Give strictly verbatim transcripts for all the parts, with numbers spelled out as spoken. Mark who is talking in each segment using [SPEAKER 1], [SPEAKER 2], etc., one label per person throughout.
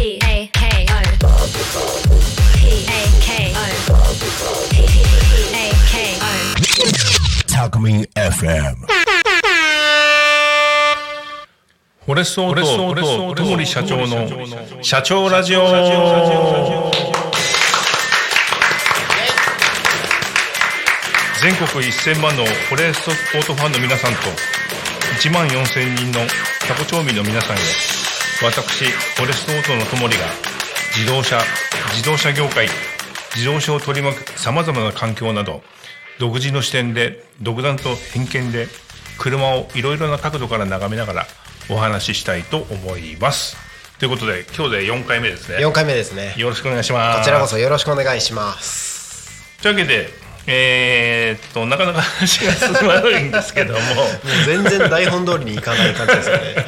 [SPEAKER 1] P A K O P A K O P A K O
[SPEAKER 2] タコミン エフエム
[SPEAKER 3] フォレストオート小森社長の社長ラジオ。全国せんまんのフォレストオートファンの皆さんといちまんよんせんにんのタコ町民の皆さんへ、私フォレストオートの小森が自動車自動車業界自動車を取り巻くさまざまな環境など、独自の視点で独断と偏見で車をいろいろな角度から眺めながらお話ししたいと思います。ということで今日でよんかいめですね。
[SPEAKER 4] よんかいめですね。
[SPEAKER 3] よろしくお願いします。
[SPEAKER 4] こちらこそよろしくお願いします。
[SPEAKER 3] というわけで、えー、っとなかなか話が進まないんですけどももう
[SPEAKER 4] 全然台本通りにいかない感じですよね。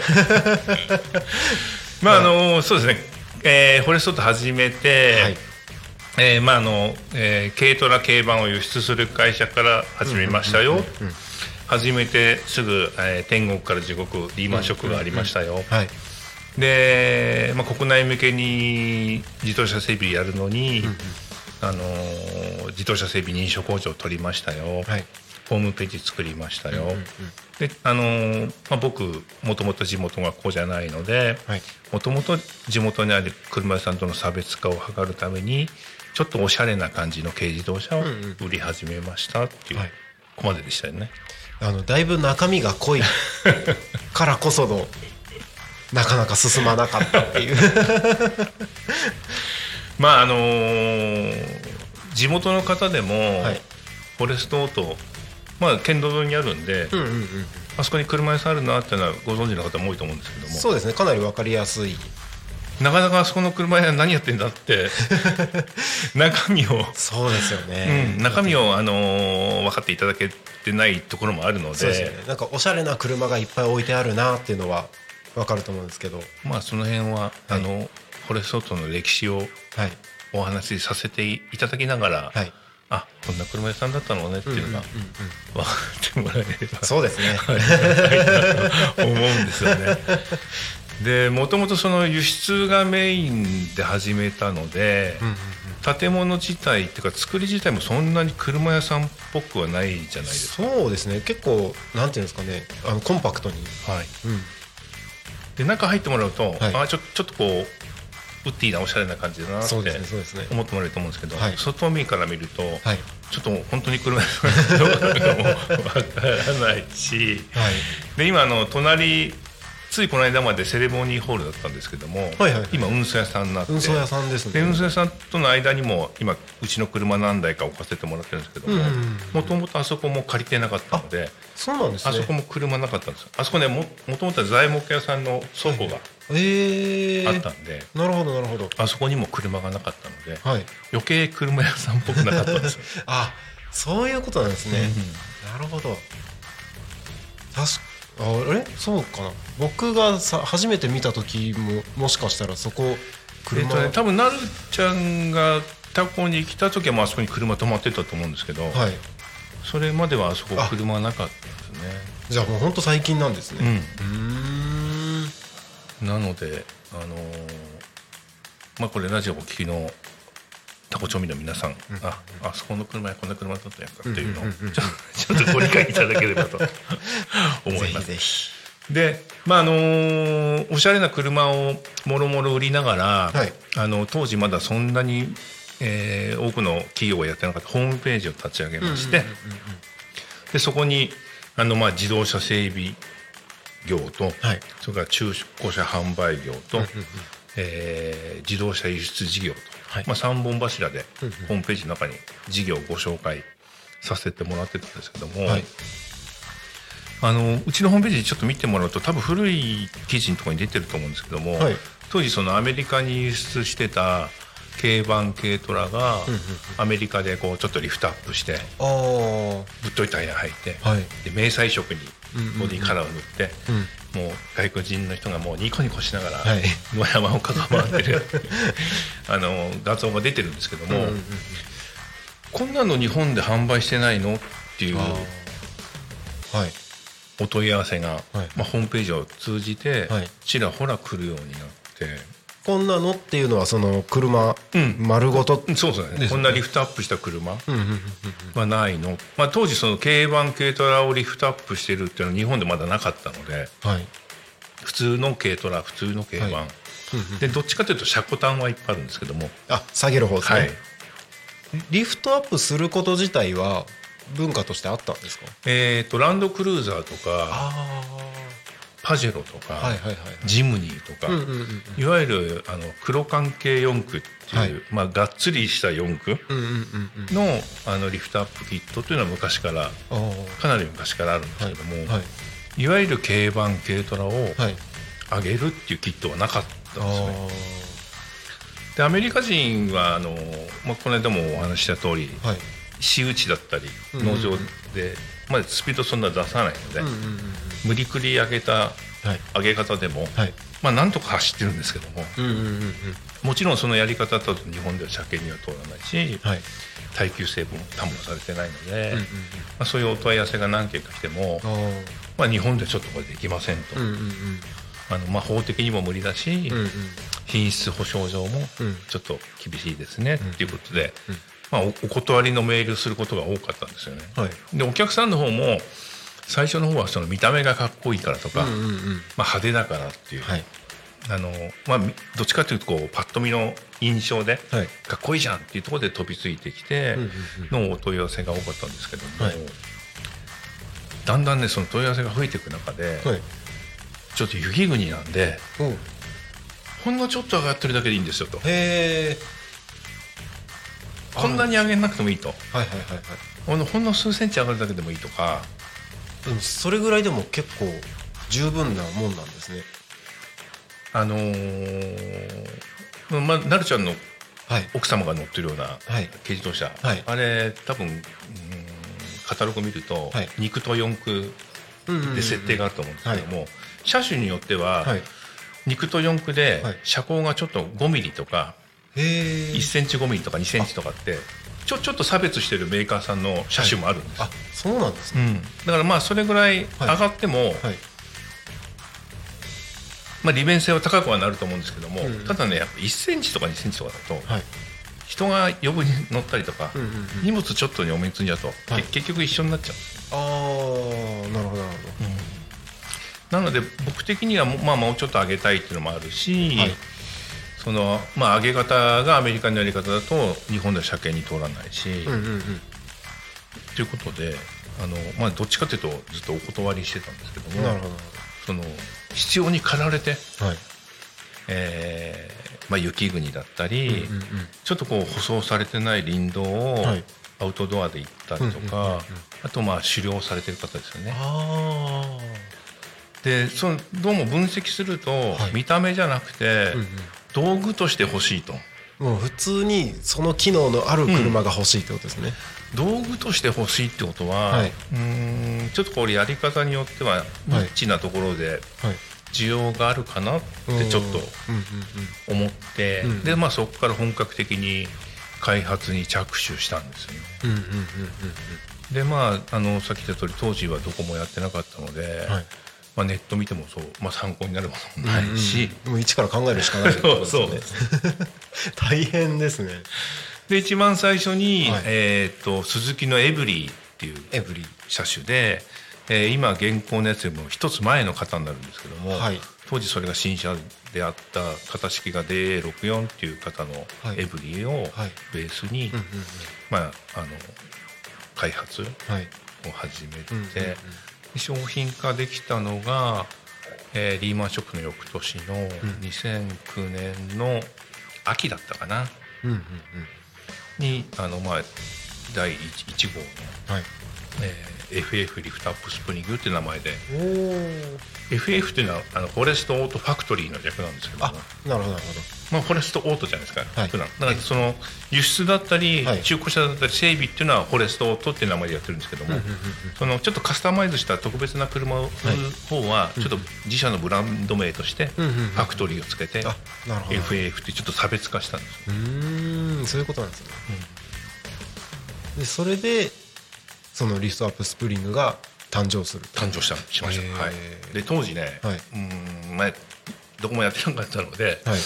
[SPEAKER 3] まああのそうですね、えー、フォレストオート始めて、はい、えー、まああの、えー、軽トラ軽バンを輸出する会社から始めましたよ。うんうんうんうん、始めてすぐ、えー、天国から地獄リーマンショックがありましたよ。うんうんうん、はい、で、まあ、国内向けに自動車整備やるのに、うんうん、あのー、自動車整備認証工場を取りましたよ。はい、ホームページ作りましたよ。うんうんうん、で、あのーまあ、僕もともと地元がこうじゃないので、もともと地元にある車屋さんとの差別化を図るためにちょっとおしゃれな感じの軽自動車を売り始めましたっていう、うんうん、ここまででしたよね。
[SPEAKER 4] あのだいぶ中身が濃いからこそのなかなか進まなかったっていう
[SPEAKER 3] まああのー、地元の方でも、はい、フォレストオート、まあ、県道沿いにあるんで、うんうんうん、あそこに車屋さんあるなっていうのはご存知の方も多いと思うんですけども。
[SPEAKER 4] そうですね、かなり分かりやすい。
[SPEAKER 3] なかなかあそこの車屋何やってんだって中身を
[SPEAKER 4] そうですよね、
[SPEAKER 3] うん、中身を、あのー、分かっていただけてないところもあるので、
[SPEAKER 4] そうですよね、なんかおしゃれな車がいっぱい置いてあるなっていうのは分かると思うんですけど、
[SPEAKER 3] まあその辺は、はい、あのフォレストオートの歴史をお話しさせていただきながら、はい、あ、こんな車屋さんだったのねっていうのが分かってもらえれば、
[SPEAKER 4] そうですね
[SPEAKER 3] 思うんですよね。でもともとその輸出がメインで始めたので、うんうんうん、建物自体っていうか作り自体もそんなに車屋さんっぽくはないじゃないですか。
[SPEAKER 4] そうですね、結構なんていうんですかね、あのコンパクトに、はい、うん、で
[SPEAKER 3] 中入ってもらうと、はい、あちょ、ちょっとこうウッディなおしゃれな感じだなって思ってもらえると思うんですけど、はい、外見から見ると、はい、ちょっと本当に車屋さんどうなるかもわからないし、はい、で今あの隣ついこの間までセレモニーホールだったんですけども、はいはいはい、今運送屋さんになって、
[SPEAKER 4] 運送屋さんですね。
[SPEAKER 3] で運送屋さんとの間にも今うちの車何台か置かせてもらってるんですけども、もともとあそこも借りてなかったので、
[SPEAKER 4] そうなんですね、
[SPEAKER 3] あそこも車なかったんですよ。あそこね、もともとは材木屋さんの倉庫があったんで、
[SPEAKER 4] えー、なるほどなるほど、
[SPEAKER 3] あそこにも車がなかったので、はい、余計車屋さんっぽくなかったんですよ
[SPEAKER 4] あ、そういうことなんですね、うん、なるほど。確かあれそうかな、僕がさ初めて見た時ももしかしたらそこ車、
[SPEAKER 3] えっとね、多分なるちゃんがタコに来た時はもうあそこに車止まってたと思うんですけど、はい、それまではあそこ車はなかったですね。
[SPEAKER 4] じゃあもう本当最近なんですね。うん、う
[SPEAKER 3] ーん、なのであのー、まあこれラジオをお聞きのタコ町民の皆さん、うん、あ, あそこの車やこんな車だったやつかっていうのをちょっとご理解いただければと思います。ぜひぜひ。で、まああのー、おしゃれな車をもろもろ売りながら、はい、あの当時まだそんなに、えー、多くの企業がやってなかったホームページを立ち上げまして、でそこにあの、まあ、自動車整備業と、はい、それから中古車販売業と、えー、自動車輸出事業と、はい、まあ、さんぼん柱でホームページの中に事業をご紹介させてもらってたんですけども、はい、あのうちのホームページちょっと見てもらうと多分古い記事のところに出てると思うんですけども、はい、当時そのアメリカに輸出してた軽バン軽トラがアメリカでこうちょっとリフトアップしてぶっといタイヤ履いて、はい、で迷彩色にボディカラーを塗って、うんうんうん、もう外国人の人がもうニコニコしながら野山を駆け回ってるあの画像が出てるんですけども、うんうんうん、こんなの日本で販売してないのっていうお問い合わせが、はい、まあ、ホームページを通じてちらほら来るようになって、
[SPEAKER 4] こんなのっていうのはその車丸ごと、
[SPEAKER 3] うん、そうですね
[SPEAKER 4] ですね
[SPEAKER 3] こんなリフトアップした車
[SPEAKER 4] うんうんうんうん
[SPEAKER 3] はないの、まあ、当時その軽バン軽トラをリフトアップしてるっていうのは日本でまだなかったので
[SPEAKER 4] はい
[SPEAKER 3] 普通の軽トラ普通の軽バン、
[SPEAKER 4] はいうんうん
[SPEAKER 3] でどっちかというと車庫端はいっぱいあるんですけども、
[SPEAKER 4] あ下げる方ですね、
[SPEAKER 3] はい
[SPEAKER 4] リフトアップすること自体は文化としてあったんですか？
[SPEAKER 3] えー、とランドクルーザーとか
[SPEAKER 4] あ
[SPEAKER 3] パジェロとか、
[SPEAKER 4] あはいはいはい
[SPEAKER 3] ジムニーとか、
[SPEAKER 4] うんうんうんうん
[SPEAKER 3] いわゆるあの黒関係四駆っていう、
[SPEAKER 4] はい
[SPEAKER 3] まあ、がっつりした四駆
[SPEAKER 4] うんうんうんうん
[SPEAKER 3] のあのリフトアップキットというのは昔から
[SPEAKER 4] ああ
[SPEAKER 3] かなり昔からあるんですけども、
[SPEAKER 4] はいはい
[SPEAKER 3] いわゆる軽バン軽トラを
[SPEAKER 4] はい
[SPEAKER 3] 上げるっていうキットはなかったんですね。
[SPEAKER 4] あ
[SPEAKER 3] でアメリカ人はあの、まあ、この間もお話しした通り
[SPEAKER 4] あはい
[SPEAKER 3] 私有地だったり
[SPEAKER 4] うんうんうん
[SPEAKER 3] 農場で、まあ、スピードそんな出さないので、
[SPEAKER 4] うんうんうんうん
[SPEAKER 3] 無理くり上げた
[SPEAKER 4] はい
[SPEAKER 3] 上げ方でも、
[SPEAKER 4] はい
[SPEAKER 3] まあ、なんとか走ってるんですけども、
[SPEAKER 4] うんうんうんうん
[SPEAKER 3] もちろんそのやり方だと日本では車検には通らないし、
[SPEAKER 4] はい
[SPEAKER 3] 耐久性も担保されてないので、
[SPEAKER 4] うんうんうん
[SPEAKER 3] まあ、そういうお問い合わせが何件か来ても、
[SPEAKER 4] あ
[SPEAKER 3] まあ、日本でちょっとこれできませんと、
[SPEAKER 4] あうんうんうん
[SPEAKER 3] あのまあ、法的にも無理だし、
[SPEAKER 4] うんうん
[SPEAKER 3] 品質保証上も
[SPEAKER 4] うん
[SPEAKER 3] ちょっと厳しいですね、っていうことで、
[SPEAKER 4] うん
[SPEAKER 3] まあ、おお断りのメールすることが多かったんですよね。
[SPEAKER 4] はい
[SPEAKER 3] でお客さんの方も最初の方はその見た目がかっこいいからとか、
[SPEAKER 4] うんうんうん
[SPEAKER 3] まあ、派手だからっていう、
[SPEAKER 4] はい
[SPEAKER 3] あのまあ、みどっちかというとこうパッと見の印象で、
[SPEAKER 4] はい
[SPEAKER 3] かっこいいじゃんっていうところで飛びついてきて
[SPEAKER 4] うんうんうん
[SPEAKER 3] のお問い合わせが多かったんですけども、
[SPEAKER 4] はい
[SPEAKER 3] だんだんねその問い合わせが増えていく中で、
[SPEAKER 4] はい
[SPEAKER 3] ちょっと雪国なんで
[SPEAKER 4] おう
[SPEAKER 3] ほんのちょっと上がってるだけでいいんですよと、
[SPEAKER 4] へえ
[SPEAKER 3] こんなに上げなくてもいいと、
[SPEAKER 4] はいはいはいはい
[SPEAKER 3] ほんのほんの数センチ上がるだけでもいいとか、
[SPEAKER 4] でもそれぐらいでも結構十分なもんなんですね。
[SPEAKER 3] あのーまあ、なるちゃんの
[SPEAKER 4] はい
[SPEAKER 3] 奥様が乗ってるような
[SPEAKER 4] はい
[SPEAKER 3] 軽自動車、
[SPEAKER 4] はい
[SPEAKER 3] あれ多分うんカタログ見ると、
[SPEAKER 4] はい
[SPEAKER 3] 肉と四駆で設定があると思うんですけども、車種によっては、
[SPEAKER 4] はい
[SPEAKER 3] 肉と四駆で
[SPEAKER 4] はい
[SPEAKER 3] 車高がちょっとごミリとか
[SPEAKER 4] へえ
[SPEAKER 3] いっセンチごミリとかにセンチとかってちょちょっと差別してるメーカーさんの車種もあるんです、
[SPEAKER 4] あそうなんですね。
[SPEAKER 3] うん、だからまあそれぐらい上がっても、
[SPEAKER 4] はい
[SPEAKER 3] まあ、利便性は高くはなると思うんですけども、
[SPEAKER 4] うん
[SPEAKER 3] ただねやっぱいっセンチとかにセンチとかだと、
[SPEAKER 4] はい
[SPEAKER 3] 人が余分に乗ったりとか、
[SPEAKER 4] うんうんうん
[SPEAKER 3] 荷物ちょっとに重い積んじゃうと、
[SPEAKER 4] はい
[SPEAKER 3] け結局一緒になっちゃう、
[SPEAKER 4] ああなるほどなる
[SPEAKER 3] なので僕的にはも,、まあ、もうちょっと上げたいっていうのもあるし、
[SPEAKER 4] はい
[SPEAKER 3] そのまあ、上げ方がアメリカのやり方だと日本では車検に通らないし、
[SPEAKER 4] ほど。うんうんうん
[SPEAKER 3] ということであの、まあ、どっちかというとずっとお断りしてたんですけども
[SPEAKER 4] なるほどなる
[SPEAKER 3] その必要に駆られて、
[SPEAKER 4] ほど。はい。
[SPEAKER 3] えーまあ、雪国だったり、
[SPEAKER 4] うんうんうん
[SPEAKER 3] ちょっとこう舗装されてない林道を
[SPEAKER 4] はい
[SPEAKER 3] アウトドアで行ったりとか、
[SPEAKER 4] うんうんうんうん
[SPEAKER 3] あとまあ狩猟されてる方ですよね。
[SPEAKER 4] あ
[SPEAKER 3] でそのどうも分析すると、
[SPEAKER 4] はい
[SPEAKER 3] 見た目じゃなくて、
[SPEAKER 4] あ、うん
[SPEAKER 3] 道具として欲しいと
[SPEAKER 4] うん、もう普通にその機能のある車が欲しいってことですね。
[SPEAKER 3] 道具として欲しいってことは、
[SPEAKER 4] はいう
[SPEAKER 3] ーんちょっとこれやり方によってはニッチなところで
[SPEAKER 4] はい。
[SPEAKER 3] 需要があるかなってちょっと
[SPEAKER 4] うんうん
[SPEAKER 3] 思って、
[SPEAKER 4] うん
[SPEAKER 3] でまあ、そこから本格的に開発に着手したんですよね。
[SPEAKER 4] うんうんうんうん
[SPEAKER 3] でまあ、あのさっき言った通り当時はどこもやってなかったので、
[SPEAKER 4] うんはい。
[SPEAKER 3] まあ、ネット見てもそう、まあ、参考になるものもないし、
[SPEAKER 4] うんうんもう一から考えるしかないってことですよね。
[SPEAKER 3] そう
[SPEAKER 4] 大変ですね。
[SPEAKER 3] で一番最初に、
[SPEAKER 4] はい
[SPEAKER 3] えー、とスズキのエブリーっていう
[SPEAKER 4] エブリ
[SPEAKER 3] 車種で、えー今現行のやつよりも一つ前の型になるんですけども、
[SPEAKER 4] はい
[SPEAKER 3] 当時それが新車であった型式が ディーエーろくじゅうよん っていう型の
[SPEAKER 4] はい
[SPEAKER 3] エブリーを
[SPEAKER 4] はい
[SPEAKER 3] ベースに、
[SPEAKER 4] うんうん
[SPEAKER 3] まあ、あの開発を
[SPEAKER 4] うんはい。
[SPEAKER 3] 始めて、
[SPEAKER 4] うんうんうん
[SPEAKER 3] で商品化できたのが、えーリーマンショックの翌年のにせんきゅうねんの秋だったかな
[SPEAKER 4] うんうん
[SPEAKER 3] にあの、まあ、だいいち号の、
[SPEAKER 4] はい。
[SPEAKER 3] えー エフエフ リフトアップスプリングっていう名前で
[SPEAKER 4] おお。
[SPEAKER 3] エフエフ っていうのはあのフォレストオートファクトリーの略なんですけど
[SPEAKER 4] あ
[SPEAKER 3] も、
[SPEAKER 4] なるほどなるほ
[SPEAKER 3] まあ、フォレストオートじゃないですか、
[SPEAKER 4] はい
[SPEAKER 3] 普段だからその輸出だったり、
[SPEAKER 4] はい
[SPEAKER 3] 中古車だったり整備っていうのはフォレストオートっていう名前でやってるんですけども、そのちょっとカスタマイズした特別な車を売る方はちょっと自社のブランド名としてフ
[SPEAKER 4] うんうんうん
[SPEAKER 3] ァクトリーをつけて
[SPEAKER 4] あなるほど
[SPEAKER 3] エフエフ ってちょっと差別化したんですよ。
[SPEAKER 4] うーんそういうことなんですね。でそれでそのリフトアップスプリングが誕生する。
[SPEAKER 3] 誕生したしました、
[SPEAKER 4] へー
[SPEAKER 3] はい、で当時ね、
[SPEAKER 4] はいう
[SPEAKER 3] ーんまあどこもやってなかったので、
[SPEAKER 4] はい。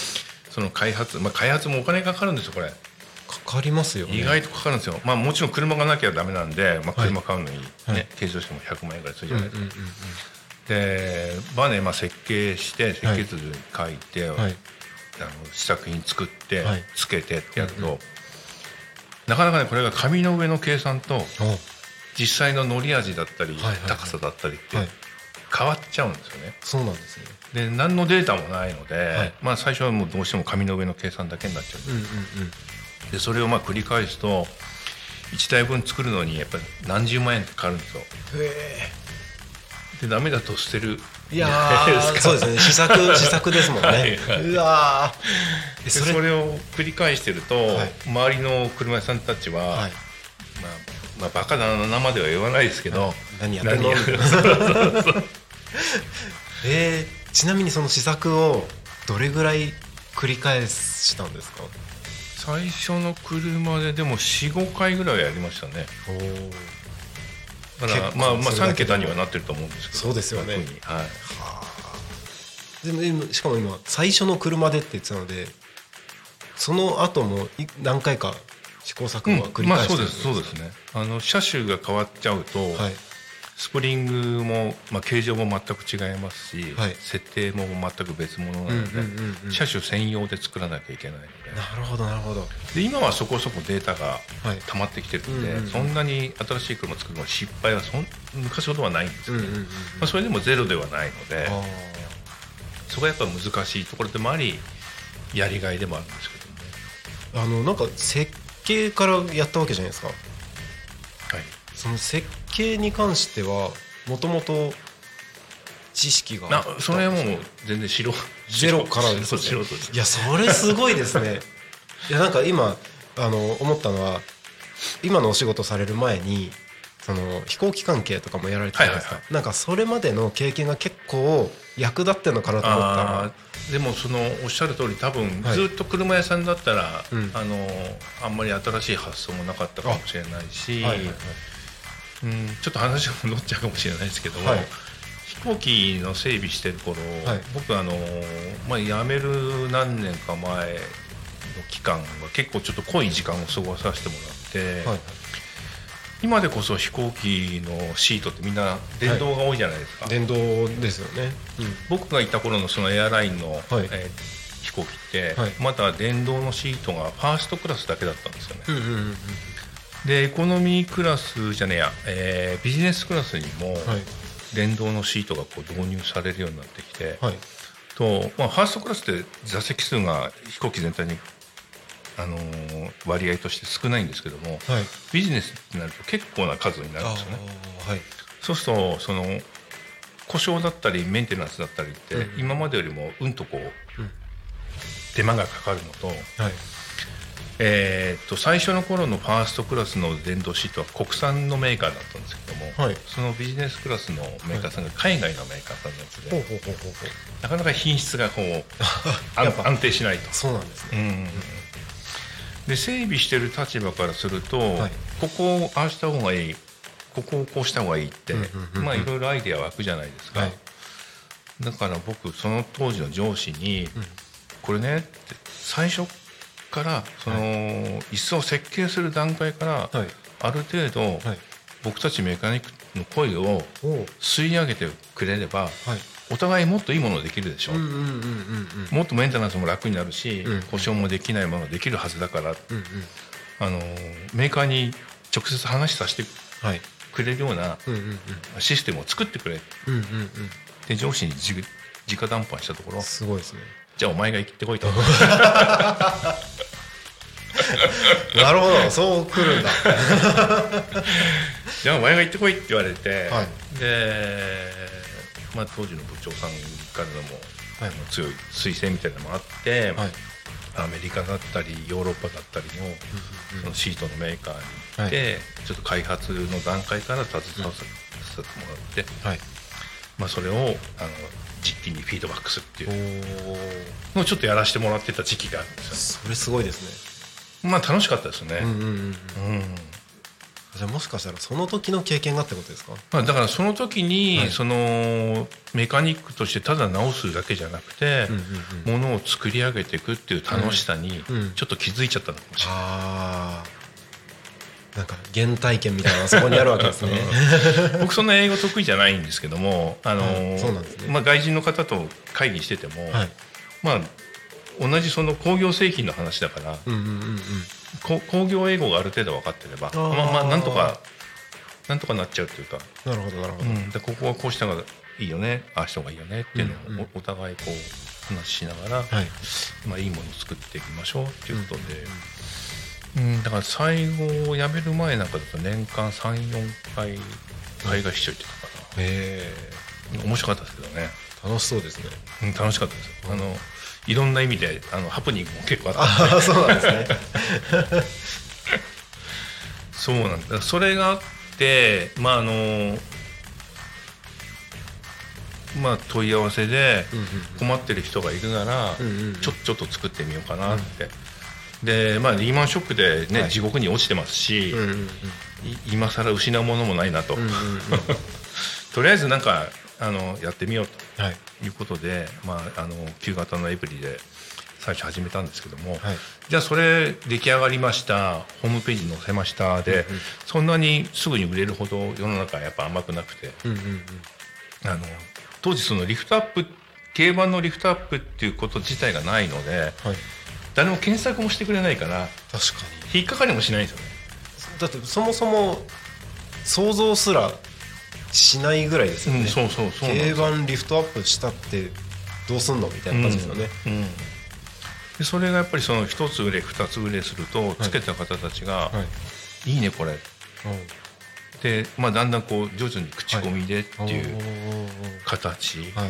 [SPEAKER 3] その開発、まあ、開発もお金かかるんですよこれ。
[SPEAKER 4] かかりますよね。
[SPEAKER 3] 意外とかかるんですよ。まあもちろん車がなきゃダメなんで、まあ、車買うのにね、
[SPEAKER 4] はい、
[SPEAKER 3] 軽自動車もひゃくまんえんぐらいするじゃないですか、
[SPEAKER 4] うんうんうんうん、
[SPEAKER 3] でバネまあ設計して設計図書いて、はい、あの試作品作って、はい、つけてってやると、うんうん、なかなかねこれが紙の上の計算と実際の乗り味だったり、はいはいはい、高さだったりって変わっちゃうんですよね。
[SPEAKER 4] そうなんですね。
[SPEAKER 3] で何のデータもないので、はい、まあ、最初はもうどうしても紙の上の計算だけになっちゃうんです、うんうんうん、でそれをまあ繰り返すといちだいぶん作るのにやっぱり何十万円かかるんですよ。へでダメだと捨てる。
[SPEAKER 4] いやそうですね、試作試作ですもんね。はいはい、うわ
[SPEAKER 3] でそれそれを繰り返してると、はい、周りの車屋さんたちは、はい、まあまあ、バカだなまでは言わないですけど、はい、
[SPEAKER 4] 何やってんのえー、ちなみにその試作をどれぐらい繰り返したんですか？
[SPEAKER 3] 最初の車ででも よん,ご 回ぐらいやりましたね。おだからまあまあさん桁にはなってると思うんですけど。
[SPEAKER 4] そうですよね、はい、はあ、でも今しかも今最初の車でって言ってたので、その後も何回か試行錯誤は繰り返してるんですか？
[SPEAKER 3] うん、まあそうですそうですね。あの車種が変わっちゃうと、はい、スプリングも、まあ、形状も全く違いますし、はい、設定も全く別物なので、うんうんうんうん、車種専用で作らなきゃいけないので。
[SPEAKER 4] なるほどなるほど。
[SPEAKER 3] で今はそこそこデータが溜まってきてるので、はい、うんうんうん、そんなに新しい車を作るの失敗はそん昔ほどはないんですけど、うんうんうん、まあ、それでもゼロではないので、そこはやっぱ難しいところでもありやりがいでもあるんですけども、
[SPEAKER 4] あのなんか設計からやったわけじゃないですか。はい。その設計に関してはもともと知識があったんですか？
[SPEAKER 3] それはもう全然素人
[SPEAKER 4] ゼロからですね。
[SPEAKER 3] 素人です。
[SPEAKER 4] いやそれすごいですね。いやなんか今あの思ったのは、今のお仕事される前にその飛行機関係とかもやられてたじゃないですか、はいはいはい、なんかそれまでの経験が結構役立ってるのかなと思ったら、
[SPEAKER 3] でもそのおっしゃる通り多分ずっと車屋さんだったら、はい、あのあんまり新しい発想もなかったかもしれないし、はいはいはい、うん、ちょっと話が戻っちゃうかもしれないですけども、はい、飛行機の整備してる頃、はい、僕あの、まあ、辞める何年か前の期間は結構ちょっと濃い時間を過ごさせてもらって、はいはい、今でこそ飛行機のシートってみんな電動が多いじゃないですか、
[SPEAKER 4] はい、電動ですよね、
[SPEAKER 3] うん、僕がいた頃のそのエアラインの、はい、えー、飛行機って、はい、まだ電動のシートがファーストクラスだけだったんですよね、うんうんうんうん、でエコノミークラスじゃねえや、えー、ビジネスクラスにも電動のシートがこう導入されるようになってきて、はい、とまあ、ファーストクラスって座席数が飛行機全体にあのー、割合として少ないんですけども、はい、ビジネスになると結構な数になるんですよね、はい、そうするとその故障だったりメンテナンスだったりって、うん、今までよりもうんとこう、うん、手間がかかるのと、はい、えー、っと最初の頃のファーストクラスの電動シートは国産のメーカーだったんですけども、はい、そのビジネスクラスのメーカーさんが海外のメーカーさんのやつで、はい、なかなか品質がこう安定しないと。
[SPEAKER 4] そうなんですね、うん、
[SPEAKER 3] で整備してる立場からすると、はい、ここをああした方がいい、ここをこうした方がいいって、うんうんうんうん、まあいろいろアイデア湧くじゃないですか、はい、だから僕その当時の上司に、うん、これねって最初からその、はい、椅子を設計する段階から、はい、ある程度、はい、僕たちメカニックの声を吸い上げてくれれば、はい、お互いもっといいものができるでしょ、うんうんうんうん、もっとメンテナンスも楽になるし、うん、故障もできないものができるはずだから、うんうん、あのメーカーに直接話させてくれるようなシステムを作ってくれ、うんうんうん、で上司に直談判したところ、
[SPEAKER 4] すごいですね、
[SPEAKER 3] じゃあお前が行ってこいと
[SPEAKER 4] なるほど、そう来るんだ
[SPEAKER 3] じゃあお前が行ってこいって言われて、はい、で、まあ、当時の部長さんからのも、はい、強い推薦みたいなのもあって、はい、アメリカだったりヨーロッパだったり の,、うんうん、そのシートのメーカーに行って、はい、ちょっと開発の段階から携わせてもらって、はい、まあ、それをあの実機にフィードバックするっていうのをちょっとやらせてもらってた時期があるんですよ。
[SPEAKER 4] それすごいですね。
[SPEAKER 3] まあ楽しかったですね、うんうんうんうん、
[SPEAKER 4] じゃあもしかしたらその時の経験がってことですか？
[SPEAKER 3] まあ、だからその時に、
[SPEAKER 4] はい、
[SPEAKER 3] そのメカニックとしてただ直すだけじゃなくて、うんうんうん、ものを作り上げていくっていう楽しさにちょっと気づいちゃったのかもしれない、うんうん、
[SPEAKER 4] あなんか原体験みたいなのがそこにあるわけですね
[SPEAKER 3] 僕そんな英語得意じゃないんですけども、あのー
[SPEAKER 4] そうなんですね、
[SPEAKER 3] まあ、外人の方と会議してても、
[SPEAKER 4] はい、
[SPEAKER 3] まあ、同じその工業製品の話だから、うんうんうんうん、工業英語がある程度分かってればまあまあなんとかなんとかなっちゃうというか、
[SPEAKER 4] なるほどなるほど、
[SPEAKER 3] うん、でここはこうした方がいいよね、ああした方がいいよねっていうのを お,、うんうん、お互いこう話しながら、はい、まあ、いいものを作っていきましょうっていうことで、うんうんうん、だから最後を辞める前なんかだと年間 さん,よん 回海外出張行ってたかな、へー、面白かったですけどね。
[SPEAKER 4] 楽しそうですね、
[SPEAKER 3] うん、楽しかったですよ、うん、あのいろんな意味であのハプニングも結構あった
[SPEAKER 4] んで。あ、そうなんですね
[SPEAKER 3] そうなんだ。それがあってまああのまあ問い合わせで困ってる人がいるなら、うんうんうん、ちょちょっと作ってみようかなって、うんでまあ、リーマンショックで、ね、はい、地獄に落ちてますし、うんうんうん、今更失うものもないなと、うんうんうん、とりあえずなんかあのやってみようということで、はい、まあ、あの旧型のエブリで最初始めたんですけども、はい、じゃあそれ出来上がりました、ホームページ載せましたで、うんうん、そんなにすぐに売れるほど世の中はやっぱ甘くなくて、うんうんうん、あの当時そのリフトアップ競馬のリフトアップっていうこと自体がないので、はい、誰も検索もしてくれないから
[SPEAKER 4] 確か
[SPEAKER 3] に引っかかりもしないんですよね。
[SPEAKER 4] だってそもそも想像すらしないぐらいですよね、うん、そうそうそう競馬リフトアップしたってどうすんのみたいな感じですよね、うんうん、
[SPEAKER 3] でそれがやっぱりそのひとつ売れふたつ売れするとつけた方たちが、はいはい、いいねこれ、はい、で、まあ、だんだんこう徐々に口コミでっていう形、はい、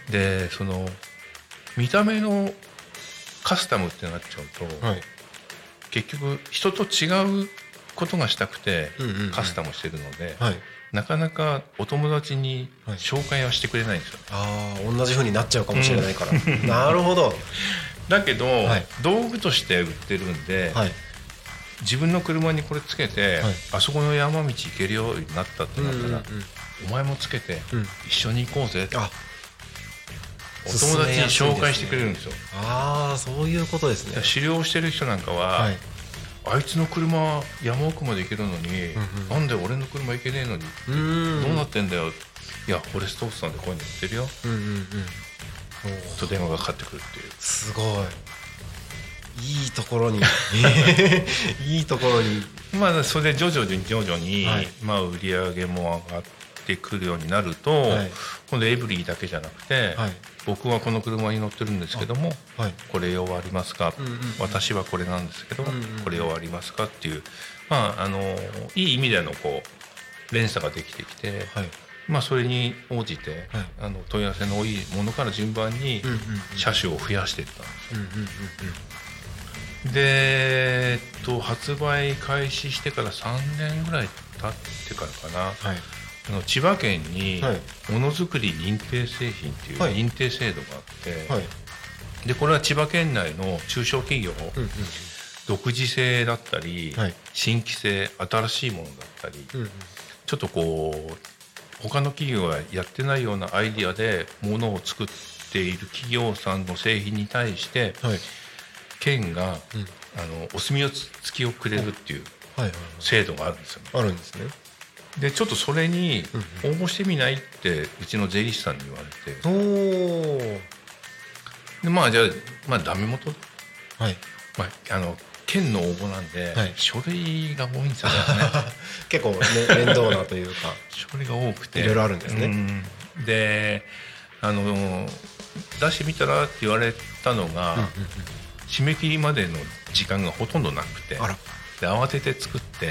[SPEAKER 3] でその見た目のカスタムってなっちゃうと、はい、結局人と違うことがしたくてカスタムしてるので、はい、なかなかお友達に紹介はしてくれないんですよ、
[SPEAKER 4] はい、ああ同じ風になっちゃうかもしれないから、うん、なるほど。
[SPEAKER 3] だけど、はい、道具として売ってるんで、はい、自分の車にこれつけて、はい、あそこの山道行けるようになったってなったら、うんうんうん、お前もつけて、うん、一緒に行こうぜって、あお友達に紹介してくれるんですよ。
[SPEAKER 4] ああそういうことですね。
[SPEAKER 3] 狩猟してる人なんかは、はい、あいつの車山奥まで行けるのに、うんうん、なんで俺の車行けねえのにうんどうなってんだよ。いやフォレストオフさんでこういうの売ってるよ、うんうんうん、と電話がかかってくるっていう。
[SPEAKER 4] すごいいいところにいいところに
[SPEAKER 3] まあそれで徐々に徐々に、はい、まあ売り上げも上がってくるようになると、はい、今度エブリィだけじゃなくて、はい、僕はこの車に乗ってるんですけども、はい、これ用ありますか、うんうんうん、私はこれなんですけど、うんうん、これ用ありますかっていう、まあ、あのいい意味でのこう連鎖ができてきて、はい、まあ、それに応じて、はい、あの問い合わせの多いものから順番に車種を増やしていったんですよ、うんうんうんうん、で、えっと、発売開始してからさんねんぐらい経ってからかな、はい、あの千葉県にものづくり認定製品っていう認定制度があって、はい、でこれは千葉県内の中小企業、うんうん、独自性だったり、はい、新規性新しいものだったり、うんうん、ちょっとこう他の企業がやってないようなアイディアでものを作っている企業さんの製品に対して、はい、県が、うん、あのお墨付きをくれるっていう制度があるんですよね。
[SPEAKER 4] あるんですね。
[SPEAKER 3] でちょっとそれに応募してみないってうちの税理士さんに言われて、おでまあじゃあ、まあ、ダメ元、はいまあ、あの県の応募なんで、はい、書類が多いんですよね
[SPEAKER 4] 結構、ね、面倒なというか
[SPEAKER 3] 書類が多くて
[SPEAKER 4] いろいろあるんですね、
[SPEAKER 3] うん、であの出してみたらって言われたのが、うんうんうん、締め切りまでの時間がほとんどなくて、あらで慌てて作って、はい、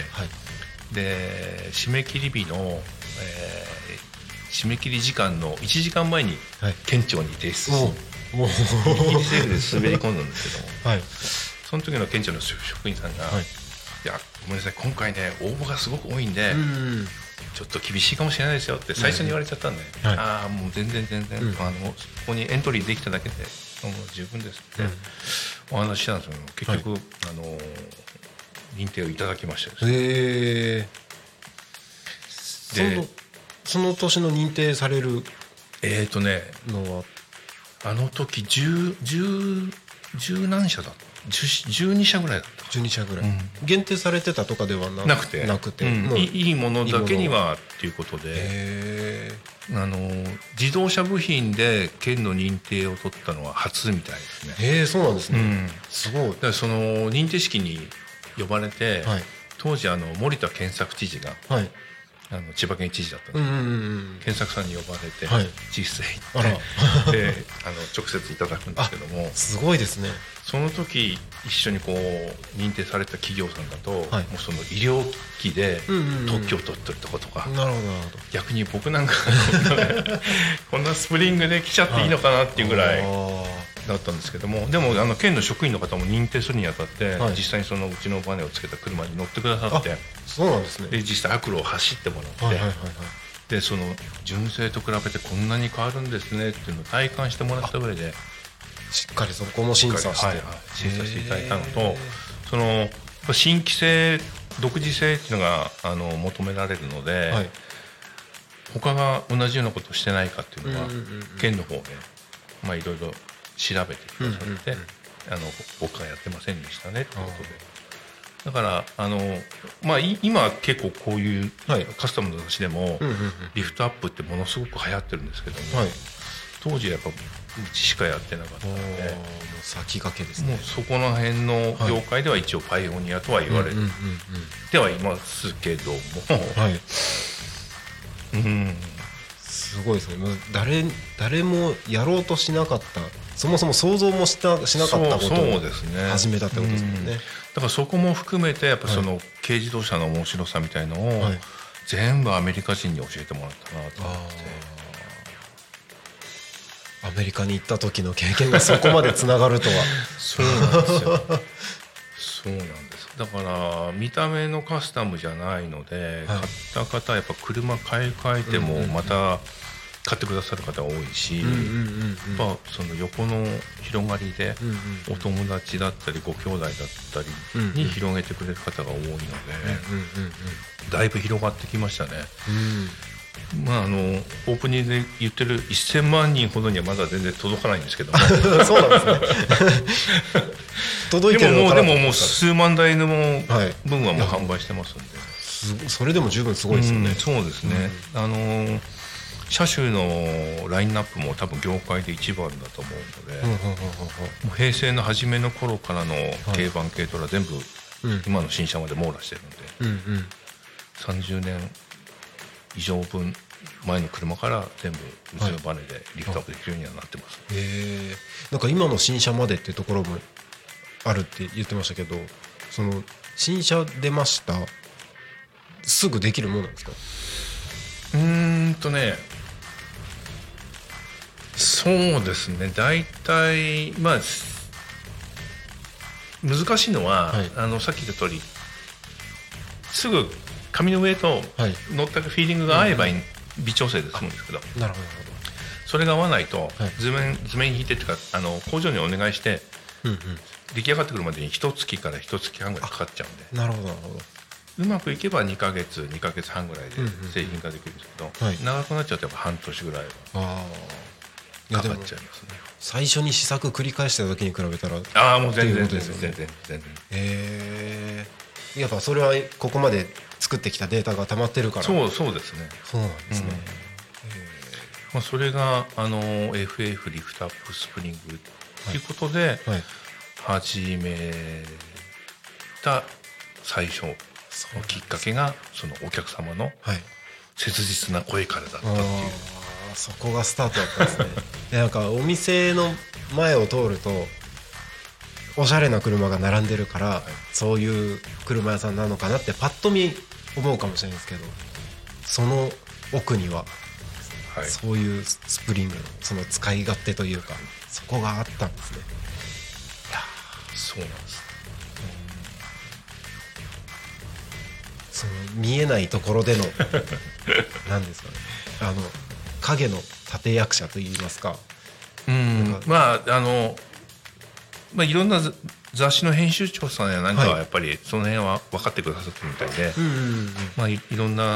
[SPEAKER 3] で締め切り日の、えー、締め切り時間のいちじかんまえに県庁に提出し、はい、ギリギリセーフで滑り込んだんですけども、はい、その時の県庁の職員さんが、はい、いやごめんなさい今回ね応募がすごく多いんで、うんうん、ちょっと厳しいかもしれないですよって最初に言われちゃったんで、うんはい、ああもう全然全然、うん、あのここにエントリーできただけでもう十分ですってお話ししたんですけど結局、はい、あの認定をいただきましたですね。
[SPEAKER 4] へそのその年の認定される
[SPEAKER 3] えーとね
[SPEAKER 4] のは
[SPEAKER 3] あの時十十十何社だ十十二社ぐらいだった
[SPEAKER 4] じゅうに社ぐらい、
[SPEAKER 3] うん、
[SPEAKER 4] 限定されてたとかでは な,
[SPEAKER 3] なくて
[SPEAKER 4] なくて、
[SPEAKER 3] うん、
[SPEAKER 4] もう
[SPEAKER 3] いいものだけにはっていうことで
[SPEAKER 4] へ
[SPEAKER 3] あの自動車部品で県の認定を取ったのは初みたいですね。
[SPEAKER 4] えそうなんですね、
[SPEAKER 3] うん、
[SPEAKER 4] すごい。
[SPEAKER 3] だからその認定式に呼ばれて、はい、当時あの森田健作知事が、はい、あの千葉県知事だったんですけど、うんうんうん、健作さんに呼ばれて、はい、実際行ってであの直接いただくんですけども、
[SPEAKER 4] すごいですね。
[SPEAKER 3] その時一緒にこう認定された企業さんだと、はい、もうその医療機器で特許を取ってるとことか、
[SPEAKER 4] うんうんうん、なるほどなるほど。
[SPEAKER 3] 逆に僕なんかこんな、こんなスプリングで来ちゃっていいのかなっていうぐらいだったんですけども、でもあの県の職員の方も認定するにあたって、はい、実際にそのうちのバネをつけた車に乗ってくださって、
[SPEAKER 4] そうなんですね。
[SPEAKER 3] で実際悪路を走ってもらって、はいはいはいはい、でその純正と比べてこんなに変わるんですねっていうのを体感してもらった上で
[SPEAKER 4] しっかりそこも審査して、はいはい、
[SPEAKER 3] 審査していただいたのと、その新規性独自性っていうのがあの求められるので、はい、他が同じようなことをしてないかっていうのは、うんうんうん、県の方でまあいろいろ調べてくださって、うんうんうん、あの僕はやってませんでしたねってことで、だからあの、まあ、今結構こういうカスタムの雑誌でもリフトアップってものすごく流行ってるんですけども、はい、当時はやっぱうちしかやってなかったので、もう
[SPEAKER 4] 先駆けですね。
[SPEAKER 3] もうそこの辺の業界では一応パイオニアとは言われてはいますけども、はい、
[SPEAKER 4] うん、すごいですね。もう 誰, 誰もやろうとしなかった、そもそも想像もしたしなかったことを始めたってことですもんね。
[SPEAKER 3] だからそこも含めてやっぱその軽自動車の面白さみたいのを全部アメリカ人に教えてもらったなと思って。
[SPEAKER 4] アメリカに行った時の経験がそこまでつながるとは。
[SPEAKER 3] そうなんですよ。そうなんです。だから見た目のカスタムじゃないので、はい、買った方はやっぱ車買い替えてもまた買ってくださる方が多いし、やっぱその横の広がりでお友達だったりご兄弟だったりに広げてくれる方が多いので、だいぶ広がってきましたね。うん、まあ、あのオープニングで言ってるせんまんにんほどにはまだ全然届かないんですけども
[SPEAKER 4] そうなんですね届いてるのかなと思ったら、
[SPEAKER 3] でももう、でももう数万台の分はもう販売してますんで、
[SPEAKER 4] はい、それでも十分すごいですよね。
[SPEAKER 3] うん、そうですね、うん、あの車種のラインナップも多分業界で一番だと思うので、もう平成の初めの頃からの軽バン軽トラ全部今の新車まで網羅してるんで、うんうん、さんじゅうねん以上分前の車から全部うちのバネでリフトアップできるようにはなってます。
[SPEAKER 4] へえ。なんか今の新車までっていうところもあるって言ってましたけど、その新車出ましたすぐできるものなんですか？
[SPEAKER 3] うーんとね、そうですね、大体まあ難しいのは、はい、あのさっき言った通りすぐ紙の上と乗ったフィーリングが合えば微調整で済むんですけど、
[SPEAKER 4] なるほど、
[SPEAKER 3] それが合わないと図面、図面引いてっていうかあの工場にお願いして、うんうん、出来上がってくるまでに一月から一月半ぐらいかかっちゃうんで、
[SPEAKER 4] なるほどなるほど、
[SPEAKER 3] うまくいけばにかげつにかげつはんぐらいで製品化できるんですけど、うんうん、長くなっちゃうとやっぱ半年ぐらいはかかっちゃいますね。
[SPEAKER 4] 最初に試作繰り返した時に比べたら、
[SPEAKER 3] ああもう全然全然全然全然、
[SPEAKER 4] へえ。やっぱそれはここまで作ってきたデータが溜まってるから。
[SPEAKER 3] そうそうですね。
[SPEAKER 4] そうなんですね、うん、
[SPEAKER 3] まあ、それがあの エフエフ リフトアップスプリングということで始めた最初のきっかけがそのお客様の切実な声からだったっていう、はい、
[SPEAKER 4] あ、そこがスタートだったんですねでなんかお店の前を通るとおしゃれな車が並んでるから、はい、そういう車屋さんなのかなってパッと見思うかもしれないですけど、その奥には、はい、そういうスプリングのその使い勝手というかそこがあったんですね。
[SPEAKER 3] いやそうなんです、
[SPEAKER 4] うん、その見えないところでの何ですかね、あの影の立役者といいますか、
[SPEAKER 3] うん、まああのまあ、いろんな雑誌の編集長さんやなんかはやっぱりその辺は分かってくださってるみたいで、まあ、いろんな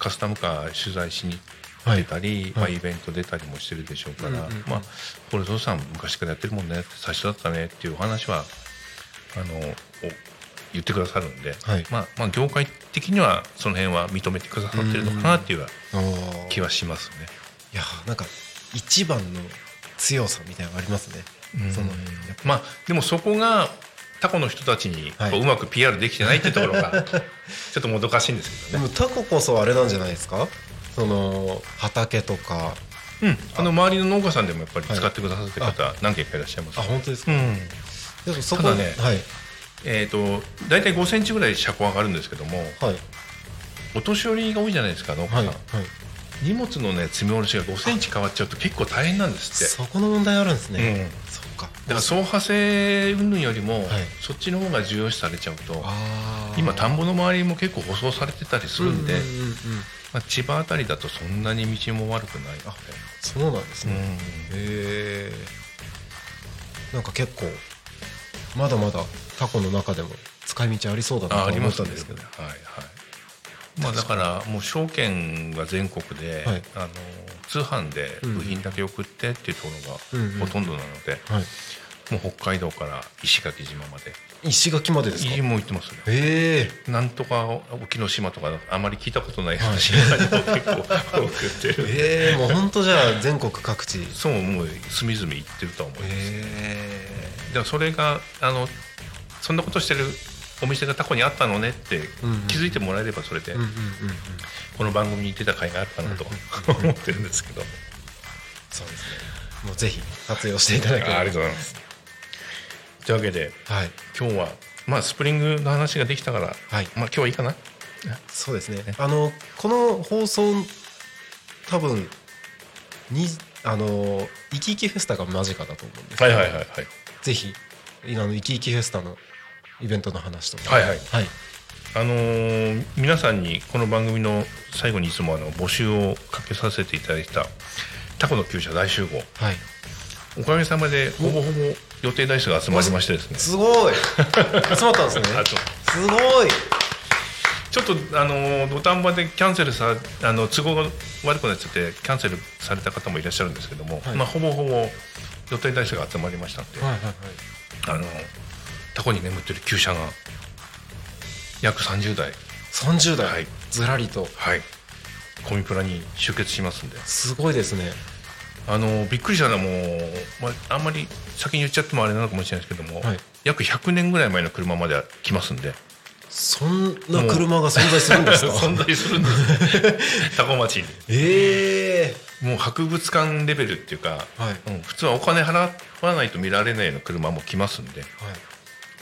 [SPEAKER 3] カスタムカー取材しに出たり、
[SPEAKER 4] はい
[SPEAKER 3] まあ、イベント出たりもしてるでしょうから、
[SPEAKER 4] うんうんうん
[SPEAKER 3] まあ、これゾウさん昔からやってるもんねって最初だったねっていうお話はあの言ってくださるんで、
[SPEAKER 4] はい
[SPEAKER 3] まあ、まあ業界的にはその辺は認めてくださってるのかなっていう気はしますね。
[SPEAKER 4] いやなんか一番の強さみたいなのがありますね。その
[SPEAKER 3] まあでもそこがタコの人たちにこう、
[SPEAKER 4] はい、
[SPEAKER 3] うまく ピーアール できてないっていうところがちょっともどかしいんですけどね。
[SPEAKER 4] でもタコこそあれなんじゃないですか、その畑とか、
[SPEAKER 3] うん、あの周りの農家さんでもやっぱり使ってくださってる方何件かいらっしゃいます、ね、
[SPEAKER 4] あ本当ですか、
[SPEAKER 3] うん、
[SPEAKER 4] でもそこ
[SPEAKER 3] ただね、
[SPEAKER 4] はい
[SPEAKER 3] えー、と大体ごセンチぐらい車高上がるんですけども、
[SPEAKER 4] はい、
[SPEAKER 3] お年寄りが多いじゃないですか農家さん、
[SPEAKER 4] はいはい、
[SPEAKER 3] 荷物のね積み下ろしがごセンチ変わっちゃうと結構大変なんですって。
[SPEAKER 4] そこの問題あるんですね、
[SPEAKER 3] うん、
[SPEAKER 4] そっか。
[SPEAKER 3] だから走破性云々よりも、
[SPEAKER 4] はい、
[SPEAKER 3] そっちの方が重要視されちゃうと、
[SPEAKER 4] あ
[SPEAKER 3] 今田んぼの周りも結構舗装されてたりするんで、
[SPEAKER 4] うんうんうんうん、
[SPEAKER 3] まあ、千葉あたりだとそんなに道も悪くない。あ、
[SPEAKER 4] そうなんですね、
[SPEAKER 3] うん、
[SPEAKER 4] へえ。なんか結構まだまだタコの中でも使い道ありそうだなと思ったんですけど、
[SPEAKER 3] ね、はいはい。まあだからもう証券が全国で、はい、あの通販で部品だけ送ってっていうところがほとんどなので、うんうんはい、もう北海道から石垣島まで。
[SPEAKER 4] 石垣までですか？
[SPEAKER 3] もう行ってますね。
[SPEAKER 4] へえ。
[SPEAKER 3] なんとか沖ノ島とかあまり聞いたことない島にも結構送ってる。
[SPEAKER 4] へえ、もう本当じゃあ全国各地。
[SPEAKER 3] そうもう隅々行ってるとは思います。へえ。でもそれがあのそんなことしてるお店がタコにあったのねって気づいてもらえればそれでこの番組に出た甲斐があるかなと思ってるんですけど。
[SPEAKER 4] そうですね。もうぜひ活用していただければ。
[SPEAKER 3] ありがとうございます。というわけで、はい、今日はまあスプリングの話ができたから、はい、まあ今日はいいかな。
[SPEAKER 4] そうですね。あのこの放送多分にあのイキイキフェスタが間近だと思うんですけど、
[SPEAKER 3] はいはいはいはい。
[SPEAKER 4] ぜひあのイキイキフェスタのイベントの話とか、
[SPEAKER 3] はいはい、はい、あのー、皆さんにこの番組の最後にいつもあの募集をかけさせていただいたタコの厩舎大集合、はい、おかげさまでほぼほぼ予定台数が集まりましてですね。
[SPEAKER 4] すごい集まったんですね。すごい。
[SPEAKER 3] ちょっとあの土壇場でキャンセルさあの都合が悪くなっちゃってキャンセルされた方もいらっしゃるんですけども、はい、まあ、ほぼほぼ予定台数が集まりましたので、はいはいはい、あのタコに眠ってる厩舎が約さんじゅうだい
[SPEAKER 4] さんじゅうだい、はい、ずらりと、
[SPEAKER 3] はい、コミプラに集結しますんで。
[SPEAKER 4] すごいですね。
[SPEAKER 3] あのびっくりしたのはもう、まあ、あんまり先に言っちゃってもあれなのかもしれないですけども、はい、約ひゃくねんぐらい前の車まで来ますんで。
[SPEAKER 4] そんな車が存在するんですか？
[SPEAKER 3] 存在するんですねタコ町に。
[SPEAKER 4] え
[SPEAKER 3] ー、もう博物館レベルっていうか、はい、うん、普通はお金払わないと見られないような車も来ますんで、はい、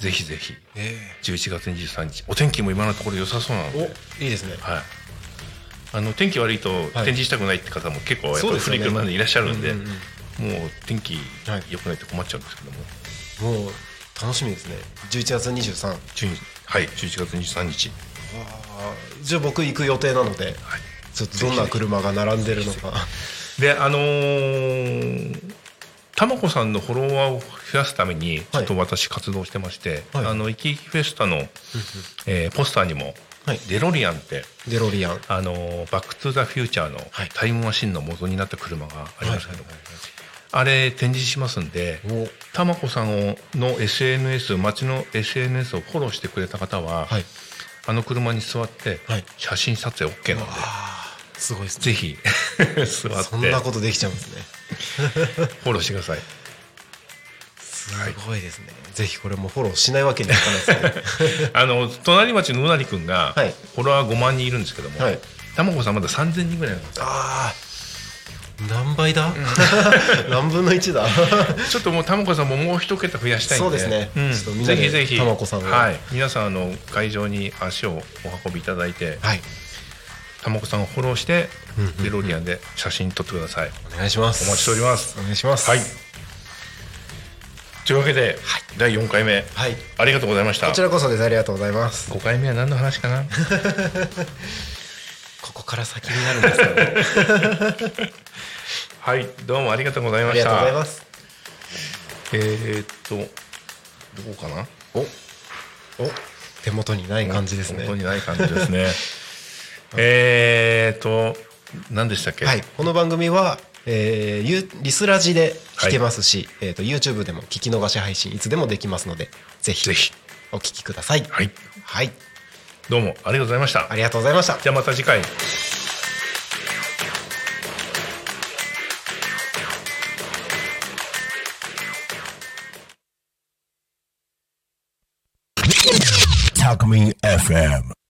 [SPEAKER 3] ぜひぜひ、えー、じゅういちがつにじゅうさんにちお天気も今のところ良さそうなので。
[SPEAKER 4] お、いいですね、はい、
[SPEAKER 3] あの天気悪いと展示したくないって方も結構やっぱり古い車でいらっしゃるんで、もう天気良くないと困っちゃうんですけども、
[SPEAKER 4] もう楽しみですね。じゅういちがつにじゅうさん、
[SPEAKER 3] はい、じゅういちがつにじゅうさんにち。
[SPEAKER 4] あ、じゃあ僕行く予定なので、はい、ちょっとどんな車が並んでるのか。
[SPEAKER 3] で、あのー、たまこさんのフォロワーを増やすためにちょっと私活動してまして、はい、あのイキイキフェスタの、えー、ポスターにも、はい、デロリアンって
[SPEAKER 4] デロリアン、
[SPEAKER 3] あのー、バックトゥザフューチャーのタイムマシンの元になった車がありますけど、はいはいはいはい、あれ展示しますんで、たまこさんの エスエヌエス、街の エスエヌエス をフォローしてくれた方は、はい、あの車に座って写真撮影 OK なので、
[SPEAKER 4] はい、すごいですね。
[SPEAKER 3] ぜひ座って
[SPEAKER 4] そんなことできちゃうんですね
[SPEAKER 3] フォローしてください。
[SPEAKER 4] すごいですね、はい、ぜひこれもフォローしないわけにはいかないですね
[SPEAKER 3] あの隣町のうなりくんがフォロワーごまんにんいるんですけども、はい、たまこさんまださんぜんにんぐらいなんですよ。
[SPEAKER 4] あー、何倍だ何分のいちだ
[SPEAKER 3] ちょっともうたまこさんももう一桁増やしたいんで、
[SPEAKER 4] そうですね、うん、ちょっとみん
[SPEAKER 3] な
[SPEAKER 4] で
[SPEAKER 3] ぜひぜひ
[SPEAKER 4] たまこさんを、
[SPEAKER 3] はい、皆さんあの会場に足をお運びいただいて、はい、たまこさんをフォローしてデロリアンで写真撮ってください。
[SPEAKER 4] お願いします。
[SPEAKER 3] お待ちしております。
[SPEAKER 4] お願いします。
[SPEAKER 3] はい、というわけで、はい、だいよんかいめ、はい、ありがとうございました。
[SPEAKER 4] こちらこそです。ありがとうございます。
[SPEAKER 3] ごかいめは何の話かな
[SPEAKER 4] ここから先になるんですかね
[SPEAKER 3] はい、どうもありがとうございました。
[SPEAKER 4] ありがとうございます。
[SPEAKER 3] えー、っとどこかな。お
[SPEAKER 4] お手元にない感じですね。
[SPEAKER 3] 手元にない感じですねえーと何でしたっけ。
[SPEAKER 4] はい、この番組は、えー、ユリスラジで聞けますし、はい、えーと YouTube でも聞き逃し配信いつでもできますので、ぜひ
[SPEAKER 3] ぜひ
[SPEAKER 4] お聞きください。
[SPEAKER 3] はい、
[SPEAKER 4] はい、
[SPEAKER 3] どうもありがとうございました。
[SPEAKER 4] ありがとうございました。
[SPEAKER 3] じゃあまた次回。
[SPEAKER 2] タクミン エフエム